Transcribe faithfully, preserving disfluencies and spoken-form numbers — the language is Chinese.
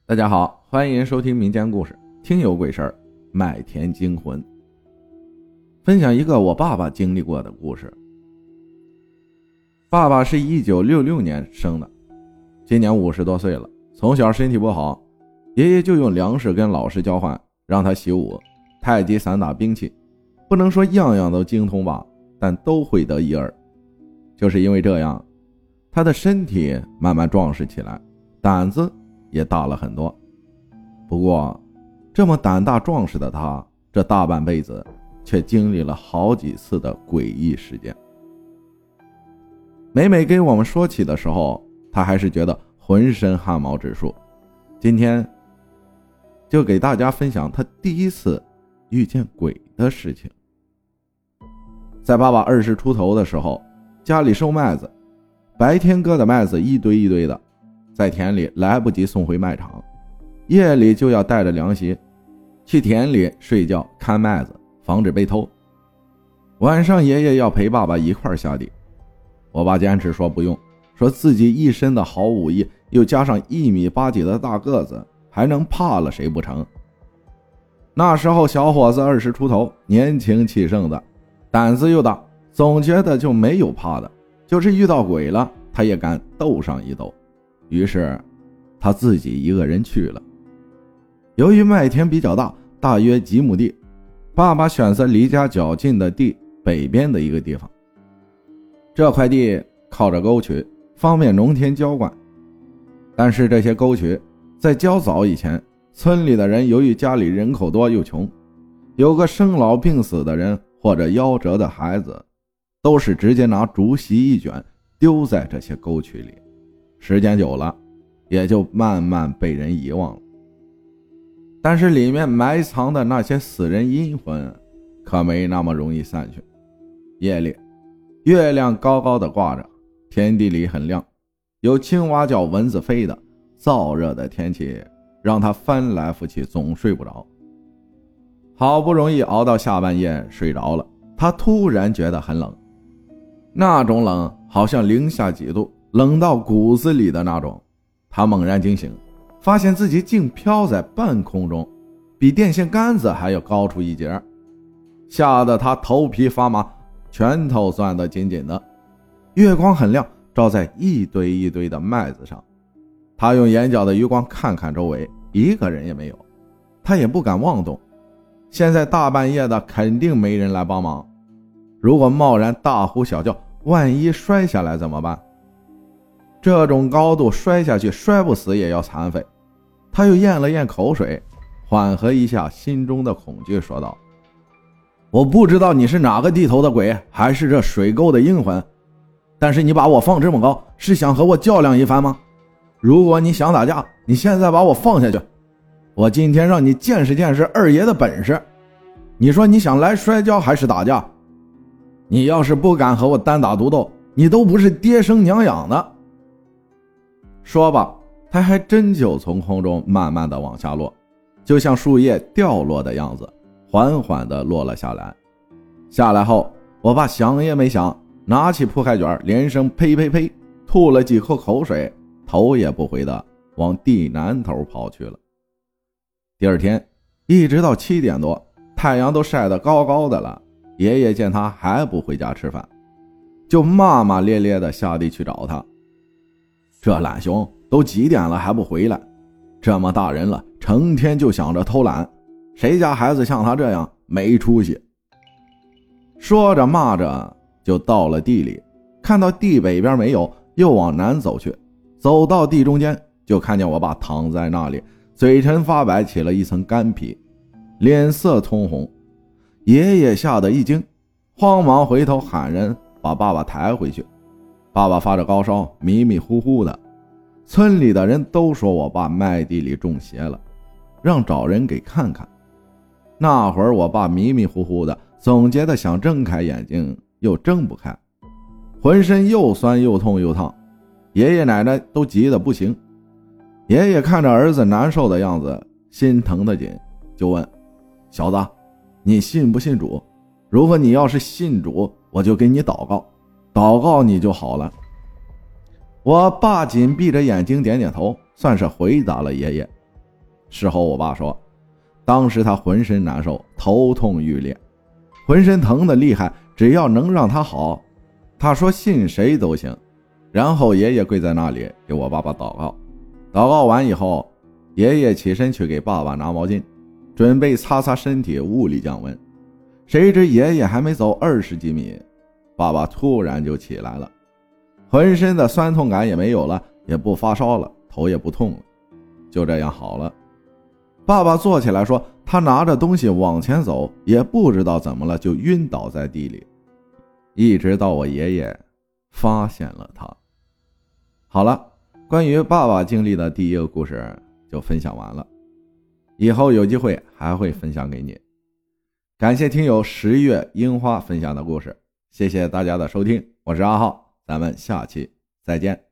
大家好，欢迎收听民间故事，听有鬼事儿，麦田惊魂。分享一个我爸爸经历过的故事。爸爸是一九六六年生的，今年五十多岁了。从小身体不好，爷爷就用粮食跟老师交换，让他习武、太极散打兵器，不能说样样都精通吧，但都会得一二。就是因为这样，他的身体慢慢壮实起来，胆子也大了很多。不过这么胆大壮实的他，这大半辈子却经历了好几次的诡异事件。每每给我们说起的时候，他还是觉得浑身汗毛直竖。今天就给大家分享他第一次遇见鬼的事情。在爸爸二十出头的时候，家里收麦子，白天割的麦子一堆一堆的，在田里来不及送回麦场，夜里就要带着凉席去田里睡觉看麦子，防止被偷。晚上爷爷要陪爸爸一块下地，我爸坚持说不用，说自己一身的好武艺，又加上一米八几的大个子，还能怕了谁不成？那时候小伙子二十出头，年轻气盛的，胆子又大，总觉得就没有怕的，就是遇到鬼了他也敢斗上一斗。于是他自己一个人去了。由于麦田比较大，大约几亩地，爸爸选择离家较近的地北边的一个地方。这块地靠着沟渠，方便农田浇灌。但是这些沟渠在较早以前，村里的人由于家里人口多又穷，有个生老病死的人或者夭折的孩子，都是直接拿竹席一卷丢在这些沟渠里，时间久了也就慢慢被人遗忘了。但是里面埋藏的那些死人阴魂可没那么容易散去。夜里月亮高高的挂着，天地里很亮，有青蛙叫，蚊子飞的，燥热的天气让他翻来覆去总睡不着。好不容易熬到下半夜睡着了，他突然觉得很冷，那种冷好像零下几度，冷到骨子里的那种。他猛然惊醒，发现自己竟飘在半空中，比电线杆子还要高出一截，吓得他头皮发麻，拳头攥得紧紧的。月光很亮，照在一堆一堆的麦子上，他用眼角的余光看看周围，一个人也没有。他也不敢妄动，现在大半夜的肯定没人来帮忙，如果贸然大呼小叫，万一摔下来怎么办？这种高度摔下去，摔不死也要残废。他又咽了咽口水，缓和一下心中的恐惧，说道：我不知道你是哪个地头的鬼，还是这水沟的阴魂，但是你把我放这么高，是想和我较量一番吗？如果你想打架，你现在把我放下去，我今天让你见识见识二爷的本事。你说你想来摔跤还是打架？你要是不敢和我单打独斗，你都不是爹生娘养的。说吧，他还真就从空中慢慢的往下落，就像树叶掉落的样子，缓缓的落了下来。下来后，我爸想也没想，拿起铺盖卷，连声呸呸呸，吐了几口口水，头也不回的往地南头跑去了。第二天一直到七点多，太阳都晒得高高的了，爷爷见他还不回家吃饭，就骂骂咧咧的下地去找他。这懒熊都几点了还不回来，这么大人了，成天就想着偷懒，谁家孩子像他这样没出息。说着骂着就到了地里，看到地北边没有，又往南走去，走到地中间，就看见我爸躺在那里，嘴唇发白，起了一层干皮，脸色通红。爷爷吓得一惊，慌忙回头喊人把爸爸抬回去。爸爸发着高烧，迷迷糊糊的，村里的人都说我爸麦地里中邪了，让找人给看看。那会儿我爸迷迷糊糊的，总觉得想睁开眼睛又睁不开，浑身又酸又痛又烫，爷爷奶奶都急得不行。爷爷看着儿子难受的样子，心疼得紧，就问：小子，你信不信主？如果你要是信主，我就给你祷告，祷告你就好了。我爸紧闭着眼睛点点头，算是回答了爷爷。 事后我爸说，当时他浑身难受，头痛欲裂，浑身疼得厉害，只要能让他好，他说信谁都行。然后爷爷跪在那里给我爸爸祷告，祷告完以后，爷爷起身去给爸爸拿毛巾，准备擦擦身体，物理降温。谁知爷爷还没走二十几米，爸爸突然就起来了，浑身的酸痛感也没有了，也不发烧了，头也不痛了，就这样好了。爸爸坐起来说，他拿着东西往前走，也不知道怎么了，就晕倒在地里，一直到我爷爷发现了他。好了，关于爸爸经历的第一个故事就分享完了，以后有机会还会分享给你。感谢听友十月樱花分享的故事，谢谢大家的收听，我是阿浩，咱们下期再见。